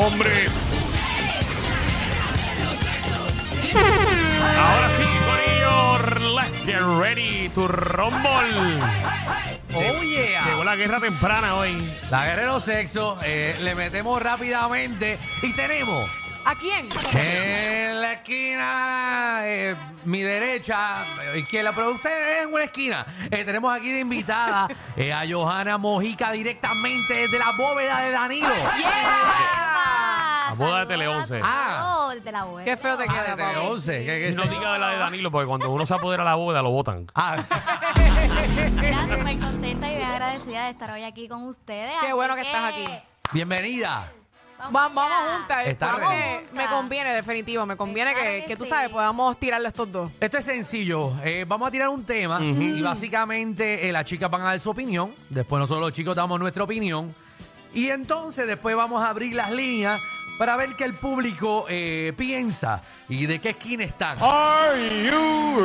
hombre. Ahora sí, corillo, let's get ready to rumble. Oh, yeah. Llegó la guerra temprana hoy. La guerra de los sexos, le metemos rápidamente y tenemos ¿A quién? en la esquina, mi derecha, izquierda, pero usted es en una esquina. Tenemos aquí de invitada a Johanna Mojica directamente desde la bóveda de Danilo. ¡Yeah! La boda de Tele 11. Ah. De la bóveda. Qué feo te queda, De papi. 11. ¿Qué No diga de la de Danilo, porque cuando uno se apodera de la boda, lo botan. Mira, súper contenta y bien agradecida de estar hoy aquí con ustedes. Qué así bueno que estás aquí. Bienvenida. Vamos allá. juntas. Está Porque ready. me conviene, definitivo. Me conviene Claro que que tú sí. sabes, podamos tirarle a estos dos. Esto es sencillo. Vamos a tirar un tema y básicamente las chicas van a dar su opinión. Después nosotros los chicos damos nuestra opinión. Y entonces después vamos a abrir las líneas para ver qué el público piensa y de qué esquina están. Are you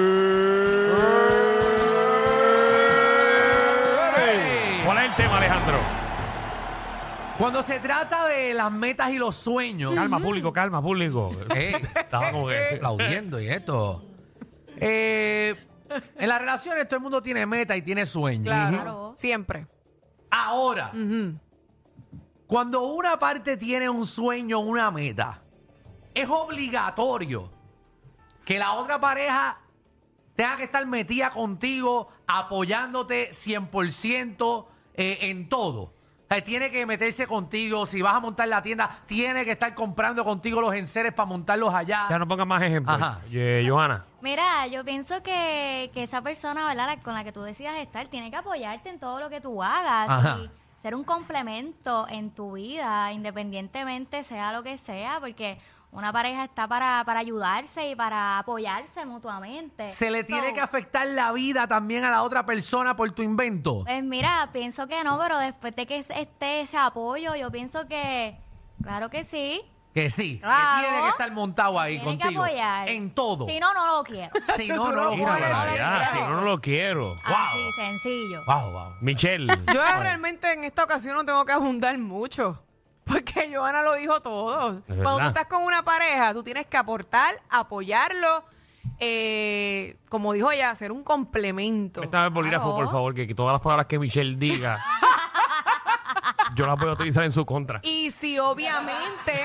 ready? ¿Cuál es el tema, Alejandro? Cuando se trata de las metas y los sueños, Calma, público, calma, público. Estaba como que... aplaudiendo y esto. En las relaciones todo el mundo tiene metas y tiene sueños. Claro. Siempre. Ahora, cuando una parte tiene un sueño, una meta, es obligatorio que la otra pareja tenga que estar metida contigo, apoyándote 100% en todo. O sea, tiene que meterse contigo. Si vas a montar la tienda, tiene que estar comprando contigo los enseres para montarlos allá. Ya no pongas más ejemplos. Ajá. Johanna. Mira, yo pienso que esa persona, ¿verdad? Con la que tú decidas estar, tiene que apoyarte en todo lo que tú hagas. Ajá. Y ser un complemento en tu vida, independientemente sea lo que sea, porque una pareja está para ayudarse y para apoyarse mutuamente. ¿Se le tiene So, que afectar la vida también a la otra persona por tu invento? Pues mira, pienso que no, pero después de que esté ese apoyo, yo pienso que, claro que sí. Que sí, Claro. que tiene que estar montado ahí Tiene que contigo. apoyar. En todo. Si no, no lo quiero. Si no, no lo Mira, puedes. ya, si no, no lo quiero. Así, sencillo. Wow, wow. Michelle. Yo realmente en esta ocasión no tengo que abundar mucho. Porque Johanna lo dijo todo. verdad. Cuando tú estás con una pareja, tú tienes que aportar, apoyarlo. Como dijo ella, ser un complemento. Esta vez bolígrafo, Claro. por favor, que todas las palabras que Michelle diga, yo las voy a utilizar en su contra. Y si obviamente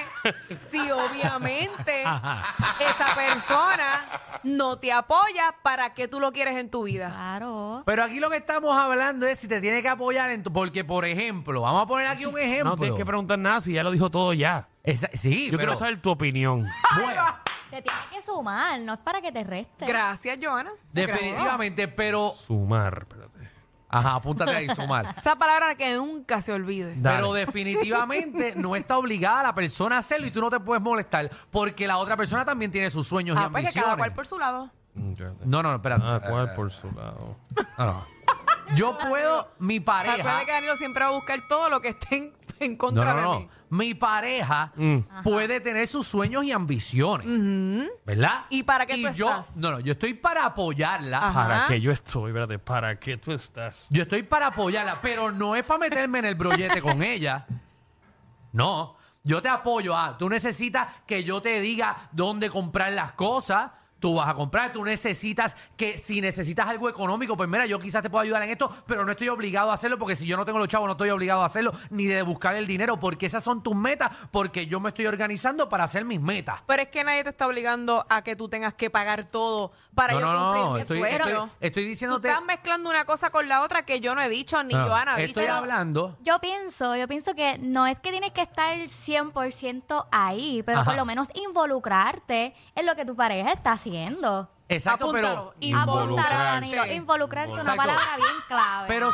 esa persona no te apoya, ¿para qué tú lo quieres en tu vida? Claro. Pero aquí lo que estamos hablando es si te tiene que apoyar en tu... Porque, por ejemplo, vamos a poner aquí un ejemplo. No tienes que preguntar nada si ya lo dijo todo ya. Sí, Yo pero... quiero saber tu opinión. Bueno, Te tienes que sumar, no es para que te reste. Gracias, Johanna. definitivamente, pero... Sumar, espérate. Ajá, apúntate ahí, sumar. Esa palabra que nunca se olvide. Dale. Pero definitivamente no está obligada la persona a hacerlo y tú no te puedes molestar porque la otra persona también tiene sus sueños y Pues que ambiciones. cada cual por su lado. No, espérate. Ah, cuál por su lado. No, no. Yo puedo, mi pareja... Recuerda que Danilo siempre va a buscar todo lo que esté en contra de mí. Mi pareja puede tener sus sueños y ambiciones, ¿verdad? ¿Y para qué tú yo, estás? No, yo estoy para apoyarla. Ajá. ¿Para qué yo estoy? Espérate, ¿para qué tú estás? Yo estoy para apoyarla, pero no es para meterme en el brollete con ella. No, yo te apoyo. Tú necesitas que yo te diga dónde comprar las cosas. Tú vas a comprar, tú necesitas que si necesitas algo económico, pues mira, yo quizás te puedo ayudar en esto, pero no estoy obligado a hacerlo porque si yo no tengo los chavos no estoy obligado a hacerlo ni de buscar el dinero porque esas son tus metas, porque yo me estoy organizando para hacer mis metas. Pero es que nadie te está obligando a que tú tengas que pagar todo para yo cumplir mi sueño. Estoy Tú diciéndote... estás mezclando una cosa con la otra que yo no he dicho, ni Johanna ha dicho. estoy hablando... Yo pienso que no es que tienes que estar 100% ahí, pero Ajá. por lo menos involucrarte en lo que tu pareja está haciendo. Exacto, Apúntalo. pero... Apuntar a Danilo, Involucrarte. involucrarte, una Exacto. palabra bien clave. Pero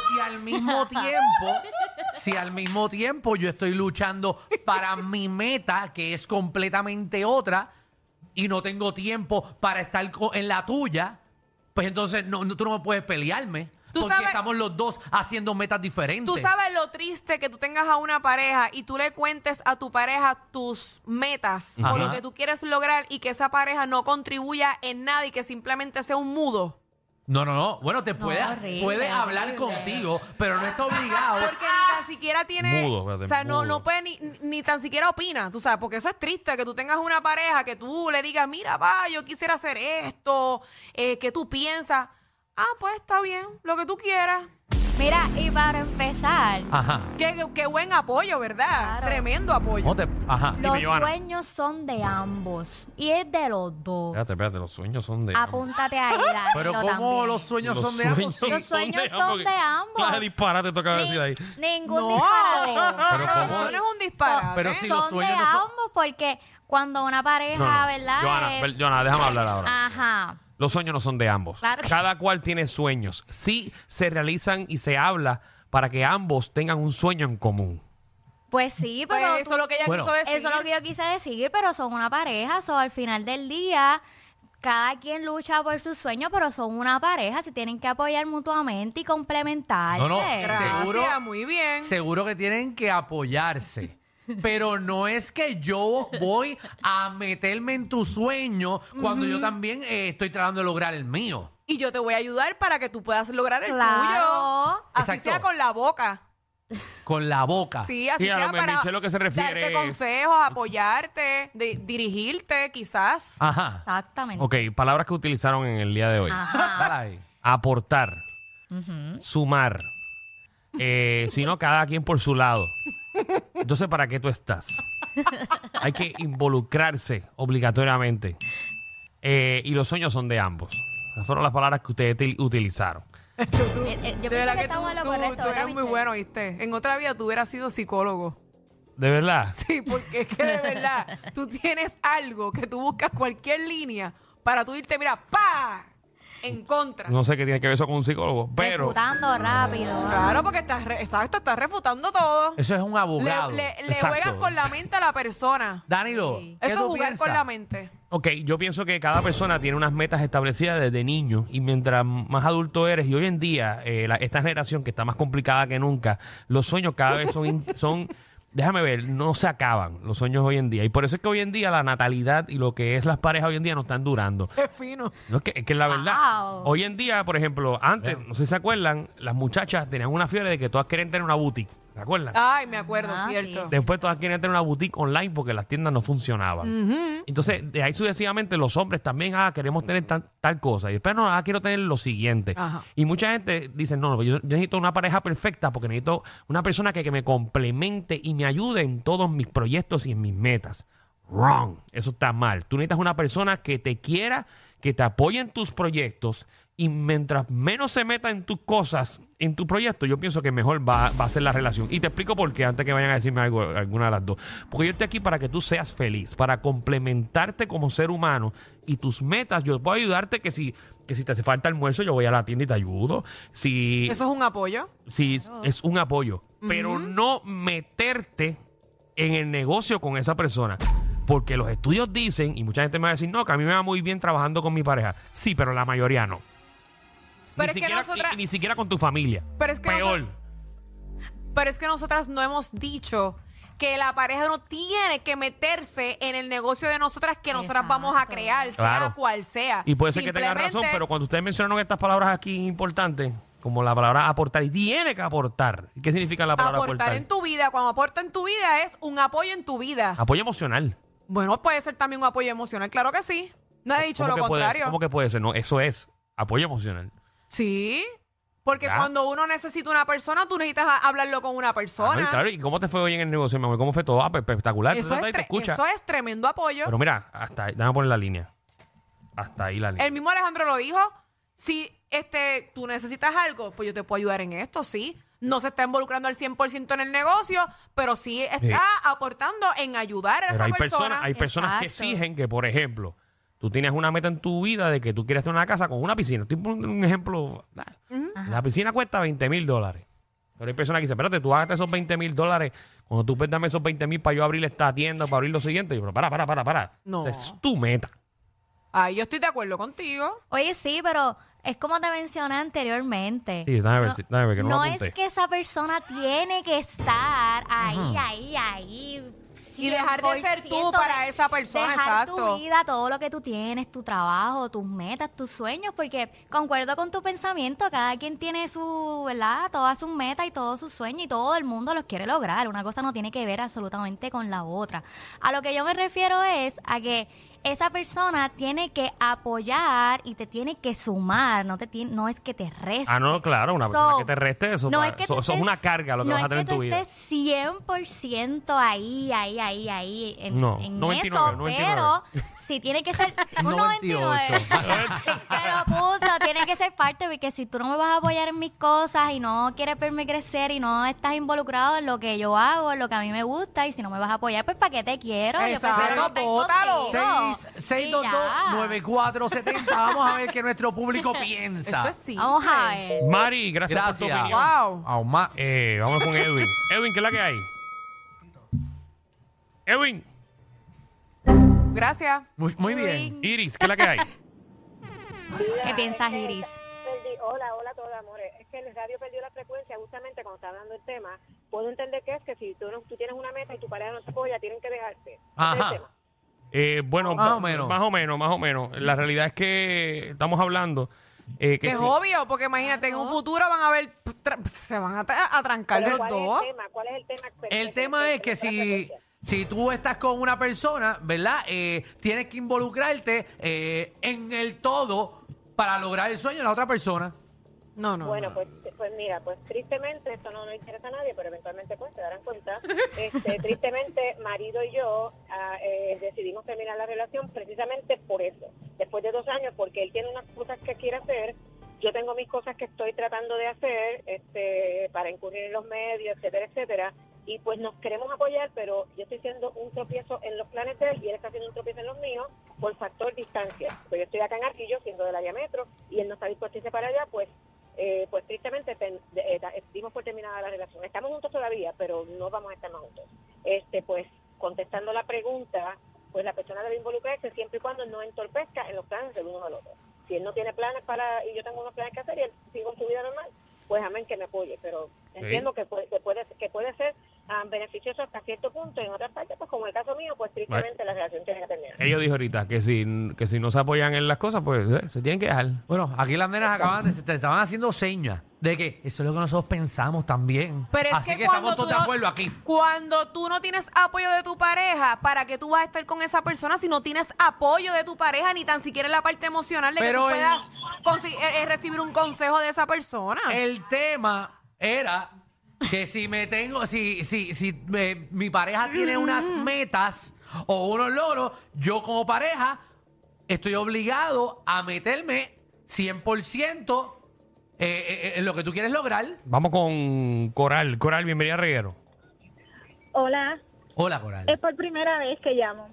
si al mismo tiempo yo estoy luchando para mi meta, que es completamente otra, y no tengo tiempo para estar en la tuya, pues entonces tú no me puedes pelearme. Tú Porque sabes- estamos los dos haciendo metas diferentes. Tú sabes lo triste que tú tengas a una pareja y tú le cuentes a tu pareja tus metas o Ajá. lo que tú quieres lograr y que esa pareja no contribuya en nada y que simplemente sea un mudo. No. Bueno, te puede horrible, hablar horrible. contigo, pero no está obligado. Porque ni tan siquiera tiene, Mudo, espérate, o sea, no mudo. puede ni tan siquiera opina, tú sabes, porque eso es triste, que tú tengas una pareja, que tú le digas, mira, va, yo quisiera hacer esto, que tú piensas, pues está bien, lo que tú quieras. Mira, y para empezar, Ajá. Qué buen apoyo, ¿verdad? Claro. Tremendo apoyo. Ajá. los Johanna. sueños son de ambos. Y es de los dos. Espérate, los sueños son de... Apúntate ahí, Pero Danilo, ¿cómo también. los sueños son de ambos? sueños Los sueños son de ambos. Clase de disparate toca Ni- decir ahí. Ningún No, disparate. Pero ¿cómo? eso no es un disparate. Pero si los Son sueños de no son... ambos porque cuando una pareja, ¿verdad? Johanna, déjame hablar ahora. Ajá. Los sueños no son de ambos. Claro que- Cada cual tiene sueños. Sí se realizan y se habla para que ambos tengan un sueño en común. Pues sí, Pues pero eso es lo que ella Bueno, quiso decir. eso es lo que yo quise decir, pero son una pareja, al final del día, cada quien lucha por sus sueños, pero son una pareja, se tienen que apoyar mutuamente y complementarse. No, no, Gracias, seguro- muy bien. Seguro que tienen que apoyarse. Pero no es que yo voy a meterme en tu sueño cuando yo también estoy tratando de lograr el mío. Y yo te voy a ayudar para que tú puedas lograr el Claro. tuyo. Así Exacto. sea con la boca. Con la boca. Sí, así Sí, a sea lo que para Michelle lo que se refiere darte es- consejos, apoyarte, dirigirte, quizás. Ajá. Exactamente. Ok, palabras que utilizaron en el día de hoy. Ajá. Dale ahí. Aportar, sumar, si no, cada quien por su lado. Entonces, ¿para qué tú estás? Hay que involucrarse obligatoriamente. Y los sueños son de ambos. Esas fueron las palabras que ustedes utilizaron. Yo De pienso verdad que que estamos en lo tú correcto, eres ¿verdad, muy Michelle? bueno, ¿viste? En otra vida tú hubieras sido psicólogo. ¿De verdad? Sí, porque es que de verdad tú tienes algo que tú buscas cualquier línea para tú irte, mira, ¡pa! En contra. No sé qué tiene que ver eso con un psicólogo, pero... Refutando rápido. Claro, porque exacto, estás refutando todo. Eso es un abogado. Le Exacto. juegas con la mente a la persona. Danilo, Sí. ¿qué Eso es tú jugar piensas? con la mente. Ok, yo pienso que cada persona tiene unas metas establecidas desde niño y mientras más adulto eres, y hoy en día, esta generación que está más complicada que nunca, los sueños cada vez son déjame ver, no se acaban los sueños hoy en día. Y por eso es que hoy en día la natalidad y lo que es las parejas hoy en día no están durando. Es fino. No, es que la verdad, Wow. hoy en día, por ejemplo, antes, no sé si se acuerdan, las muchachas tenían una fiebre de que todas querían tener una boutique. ¿Se acuerdan? Ay, me acuerdo, Ah, cierto. sí. Después todas querían tener una boutique online porque las tiendas no funcionaban. Entonces, de ahí sucesivamente los hombres también, queremos tener tal cosa. Y después, no, quiero tener lo siguiente. Ajá. Y mucha gente dice, no, yo necesito una pareja perfecta porque necesito una persona que me complemente y me ayude en todos mis proyectos y en mis metas. Wrong. Eso está mal. Tú necesitas una persona que te quiera, que te apoye en tus proyectos y mientras menos se meta en tus cosas, en tu proyecto, yo pienso que mejor va a ser la relación. Y te explico por qué, antes que vayan a decirme algo, alguna de las dos. Porque yo estoy aquí para que tú seas feliz, para complementarte como ser humano y tus metas. Yo puedo ayudarte que si te hace falta almuerzo, yo voy a la tienda y te ayudo. Si Eso es un apoyo. Sí, es un apoyo, pero no meterte en el negocio con esa persona. Porque los estudios dicen, y mucha gente me va a decir, no, que a mí me va muy bien trabajando con mi pareja. Sí, pero la mayoría no. Pero ni, es que siquiera, nosotras- ni siquiera con tu familia. Pero es que Peor. Pero es que nosotras no hemos dicho que la pareja no tiene que meterse en el negocio de nosotras que nosotras Exacto. vamos a crear, sea Claro. cual sea. Y puede ser que tengas razón, Simplemente- pero cuando ustedes mencionaron estas palabras aquí importantes, como la palabra aportar, y tiene que aportar. ¿Qué significa la palabra aportar aportar? en tu vida, cuando aporta en tu vida es un apoyo en tu vida. Apoyo emocional. Bueno, puede ser también un apoyo emocional, claro que sí. No he dicho ¿Cómo lo que puede- contrario. ¿Cómo que puede ser? No, eso es apoyo emocional. Sí, porque Ya. cuando uno necesita una persona, tú necesitas hablarlo con una persona. Ah, no, y claro, ¿y cómo te fue hoy en el negocio, mi amor? ¿Cómo fue todo? Pues, espectacular. eso, Tú es estás ahí, te escucha. eso es tremendo apoyo. Pero mira, hasta ahí, déjame poner la línea. Hasta ahí la línea. El mismo Alejandro lo dijo. Si tú necesitas algo, pues yo te puedo ayudar en esto, sí. No se está involucrando al 100% en el negocio, pero sí está Sí. aportando en ayudar a Pero esa hay persona. personas que Exacto. exigen que, por ejemplo, tú tienes una meta en tu vida de que tú quieres tener una casa con una piscina. Estoy poniendo un ejemplo. La piscina cuesta $20,000. Pero hay personas que dicen, espérate, tú hágate esos $20,000. Cuando tú dame esos 20,000 para yo abrir esta tienda, para abrir lo siguiente. Y yo, pero para. No. Esa es tu meta. Ay, yo estoy de acuerdo contigo. Oye, sí, pero Es como te mencioné anteriormente. Sí, déjame ver, que no lo No apunté. es que esa persona tiene que estar ahí. Y dejar de ser tú 100% para esa persona, dejar exacto. tu vida, todo lo que tú tienes, tu trabajo, tus metas, tus sueños, porque concuerdo con tu pensamiento, cada quien tiene su, ¿verdad? Todas sus metas y todos sus sueños y todo el mundo los quiere lograr. Una cosa no tiene que ver absolutamente con la otra. A lo que yo me refiero es a que esa persona tiene que apoyar y te tiene que sumar, no es que te reste. Ah, no, claro, una persona que te reste eso. No pa- es que eso tú eso es estés- una carga lo que no vas a es tener que en tu vida. tú estés 100% ahí en, No, en 99, eso, 99. pero si tiene que ser un 98. 99. Pero punto, tiene que ser parte, porque si tú no me vas a apoyar en mis cosas y no quieres verme crecer y no estás involucrado en lo que yo hago, en lo que a mí me gusta, y si no me vas a apoyar, pues ¿para qué te quiero? Yo Exacto, prefiero estar bótalo. contigo. 622-9470. Vamos a ver qué nuestro público piensa. Esto es sí. Vamos a ver. Mari, gracias, por tu Gracias. opinión. Wow. Ahumá. Vamos con Edwin. Edwin, ¿qué es la que hay? Edwin, Gracias. Muy bien. Iris, ¿qué es la que hay? ¿Qué piensas, Iris? Hola a todos, amores. Es que el radio perdió la frecuencia justamente cuando está hablando el tema. Puedo entender que es que si tú tienes una meta y tu pareja no te apoya, tienen que dejarte. Ajá. Ese es el tema. Bueno, Más o menos. Más o menos. La realidad es que estamos hablando que Que es sí. obvio, porque imagínate, en un futuro van a ver, se van a trancar Pero los ¿cuál dos. es el tema? ¿Cuál es el tema? El tema es que si tú estás con una persona, ¿verdad? Tienes que involucrarte en el todo para lograr el sueño de la otra persona. No. Bueno, pues mira, pues tristemente, esto no le interesa a nadie, pero eventualmente pues se darán cuenta. Tristemente, marido y yo decidimos terminar la relación precisamente por eso. Después de 2 años, porque él tiene unas cosas que quiere hacer, yo tengo mis cosas que estoy tratando de hacer para incurrir en los medios, etcétera, etcétera. Y pues nos queremos apoyar, pero yo estoy siendo un tropiezo en los planes de él y él está haciendo un tropiezo en los míos por factor distancia. Pues yo estoy acá en Arquillo, siendo del área metro, y él no está dispuesto a irse para allá, pues tristemente dimos por terminada la relación. Estamos juntos todavía, pero no vamos a estar más juntos. Pues contestando la pregunta, pues la persona debe involucrarse siempre y cuando no entorpezca en los planes del uno del otro. Si él no tiene planes y yo tengo unos planes que hacer y él sigue con su vida normal, pues amén, que me apoye, pero entiendo que puede ser beneficioso hasta cierto punto, y en otras partes, pues como el caso mío, pues tristemente la relación tiene que terminar. Ella dijo ahorita que si no se apoyan en las cosas, pues se tienen que dejar. Bueno, aquí las nenas te estaban haciendo señas de que eso es lo que nosotros pensamos también. Pero es Así que cuando estamos todos tú de no- acuerdo aquí. Cuando tú no tienes apoyo de tu pareja, ¿para qué tú vas a estar con esa persona si no tienes apoyo de tu pareja, ni tan siquiera en la parte emocional de Pero que tú puedas recibir un consejo de esa persona? El tema era que si mi pareja tiene unas metas o unos logros, yo como pareja estoy obligado a meterme 100% en lo que tú quieres lograr. Vamos con Coral. Coral, bienvenida a Reguero. Hola, Hola, Coral. es por primera vez que llamo.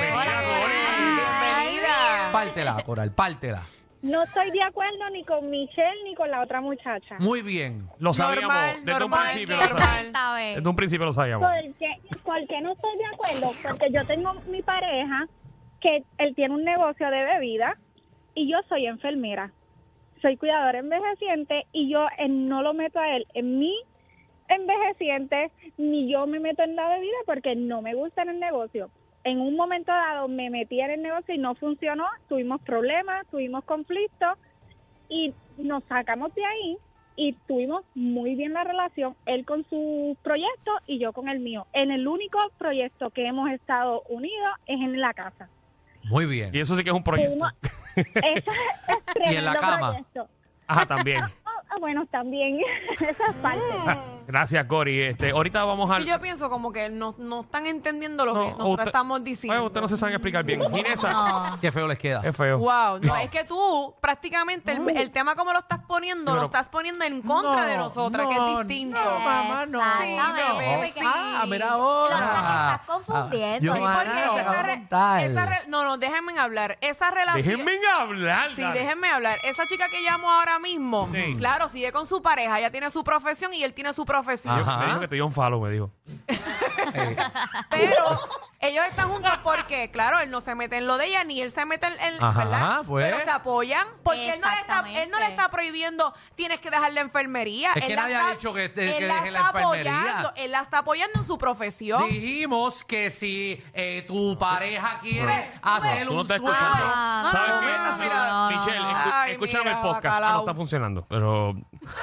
Bienvenida. Pártela, Coral, pártela. No estoy de acuerdo ni con Michelle ni con la otra muchacha. Muy bien. Lo sabíamos Normal, desde un normal, principio. normal. Lo sabíamos. Esta vez. Desde un principio lo sabíamos. ¿Por qué no estoy de acuerdo? Porque yo tengo mi pareja que él tiene un negocio de bebida y yo soy enfermera. Soy cuidadora envejeciente y yo no lo meto a él en mi envejeciente, ni yo me meto en la bebida porque no me gusta en el negocio. En un momento dado me metí en el negocio y no funcionó, tuvimos problemas, tuvimos conflictos y nos sacamos de ahí y tuvimos muy bien la relación, él con su proyecto y yo con el mío. En el único proyecto que hemos estado unidos es en la casa. Muy bien. Y eso sí que es un proyecto. Tuvimos- Eso es tremendo Y en la cama. proyecto. Ajá, también. Bueno, también esa es parte. Gracias, Cori. Ahorita vamos Sí, al... yo pienso como que no están entendiendo lo que nosotros usted- estamos diciendo. Bueno, usted no se sabe explicar bien. Inesa, Qué feo les queda. es feo. Wow, no, es que tú prácticamente el tema como lo estás poniendo, Sí, lo pero- estás poniendo en contra de nosotras, que es distinto. No, mamá, no. Sí, bebé, sí. Ah, mira Lo ahora. estás confundiendo. Ah, Sí, Johanna, porque se va esa a re- contar. esa re- no, déjenme hablar. Esa relación. Déjenme hablar. Sí, dale. déjenme hablar. Esa chica que llamo ahora mismo, Sí. claro, sigue con su pareja, ella tiene su profesión y él tiene su profesión. Ajá. Me dijo que te dio un follow, me dijo. Pero ellos están juntos porque, claro, él no se mete en lo de ella, ni él se mete en Ajá, ¿verdad? pues. Pero se apoyan porque él no le Exactamente. está prohibiendo, tienes que dejar la enfermería. Es que Él la nadie ha está- dicho que él deje la la está enfermería. apoyando, él la está apoyando en su profesión. Dijimos que si tu pareja quiere hacer Tú no un estás sueño... escuchando. Ah, no, ¿Sabes no, qué? no, Sí, mira. Michelle, Ay, escucharon mira, el podcast. bacalao. No está funcionando. Pero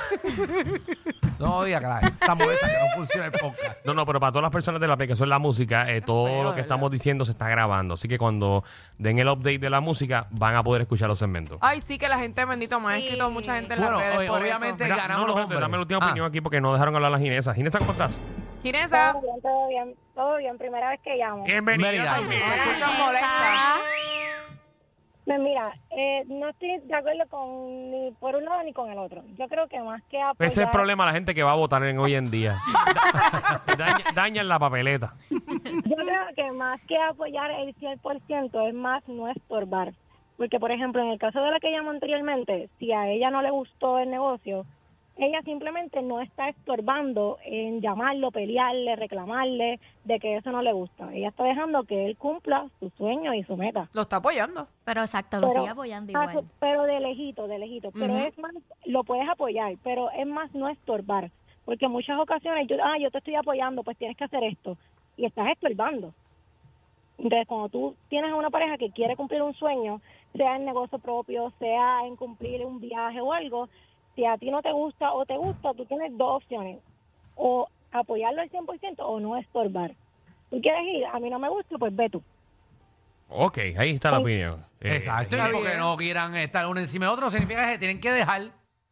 No diga que está molesta que no funciona el podcast. no, pero para todas las personas de la aplicación La Música, todo feo, lo que ¿verdad? estamos diciendo se está grabando. Así que cuando den el update de la música, van a poder escuchar los segmentos. Ay, sí, que la gente, bendito, me ha Sí. escrito mucha gente en Bueno, las redes por obviamente eso. ganamos los espérate, hombres. dame la última Ah. opinión aquí porque no dejaron hablar a la Ginesa. Ginesa, ¿cómo estás? Ginesa, Todo bien, todo bien. Primera vez que llamo. Bienvenida. también. se escuchan molestas. Pues mira, no estoy de acuerdo con ni por un lado ni con el otro. Yo creo que más que apoyar... Ese es el problema de la gente que va a votar en hoy en día. Dañan la papeleta. Yo creo que más que apoyar el 100% es más no estorbar. Porque, por ejemplo, en el caso de la que llamó anteriormente, si a ella no le gustó el negocio, ella simplemente no está estorbando en llamarlo, pelearle, reclamarle de que eso no le gusta. Ella está dejando que él cumpla su sueño y su meta. Lo está apoyando. Pero exacto, lo Pero- sigue apoyando igual. Pero de lejito. Pero Ujú. es más, lo puedes apoyar, pero es más no estorbar. Porque en muchas ocasiones, yo te estoy apoyando, pues tienes que hacer esto. Y estás estorbando. Entonces, cuando tú tienes a una pareja que quiere cumplir un sueño, sea en negocio propio, sea en cumplir un viaje o algo, si a ti no te gusta o te gusta, tú tienes dos opciones. O apoyarlo al 100% o no estorbar. Tú quieres ir, a mí no me gusta, pues ve tú. Ok, ahí está la opinión. Exacto. Está Y porque bien. no quieran estar uno encima de otro, no significa que se tienen que dejar.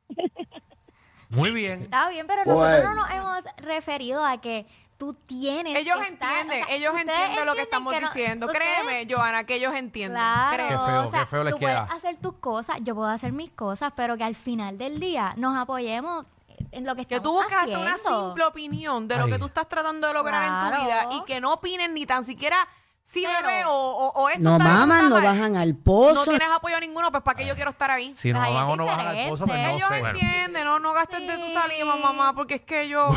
Muy bien. Está bien, pero nosotros no nos hemos referido a que tú tienes Ellos que estar- entienden, o sea, ellos ustedes entienden lo que entienden estamos que no- diciendo. ustedes- Créeme, Johanna, que ellos entienden. Claro, Créeme. Qué feo, o sea, qué feo les tú queda. puedes hacer tus cosas, yo puedo hacer mis cosas, pero que al final del día nos apoyemos en lo que Que estamos tú buscas haciendo. una simple opinión de lo Ay. que tú estás tratando de lograr en Claro. tu vida y que no opinen ni tan siquiera sí, Pero- bebé, o esto No está bien, maman, está no mal. bajan al No pozo. tienes apoyo ninguno, pues ¿para qué yo quiero estar ahí? Si no Ahí van es o no bajan al pozo, pues no Ellos sé. entienden, no gastes de tu Sí. saliva, mamá, porque es que yo...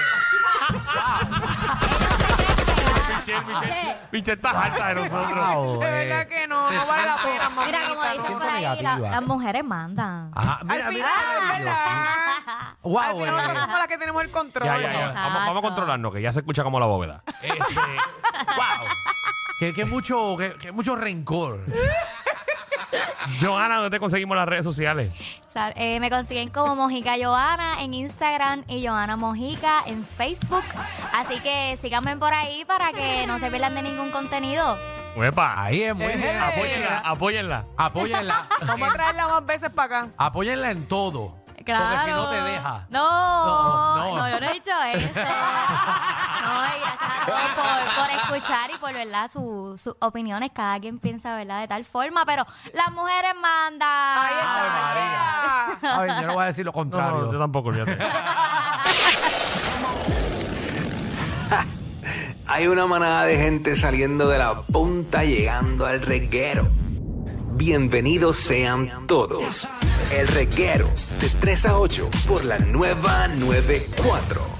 Michelle está harta de nosotros. De verdad que no vale la pena, mamita. Mira, como dicen no. por ahí, negativa. las mujeres mandan. Ajá, Al mira, final, mira. es verdad. Wow, Al final nosotros somos las que tenemos el control. Ya. Exacto. Vamos a controlarnos, que ya se escucha como la bóveda. wow. Que mucho rencor. Johanna, ¿dónde te conseguimos las redes sociales? Me consiguen como Mojica Johanna en Instagram y Johanna Mojica en Facebook. Así que síganme por ahí para que no se pierdan de ningún contenido. Uepa, Ahí es muy bien. apóyenla. Apóyenla. Vamos a traerla más veces para acá. Apóyenla en todo. Claro. Porque si no te deja. No, yo no he dicho eso. No, y gracias a todos por escuchar y por, ¿verdad? Sus opiniones. Cada quien piensa, ¿verdad? De tal forma, pero las mujeres mandan. Ahí Ave María. está. A ver, yo no voy a decir lo contrario. No, yo tampoco, olvídate. Hay una manada de gente saliendo de la punta llegando al reguero. Bienvenidos sean todos. El reguero de 3 a 8 por la nueva 94.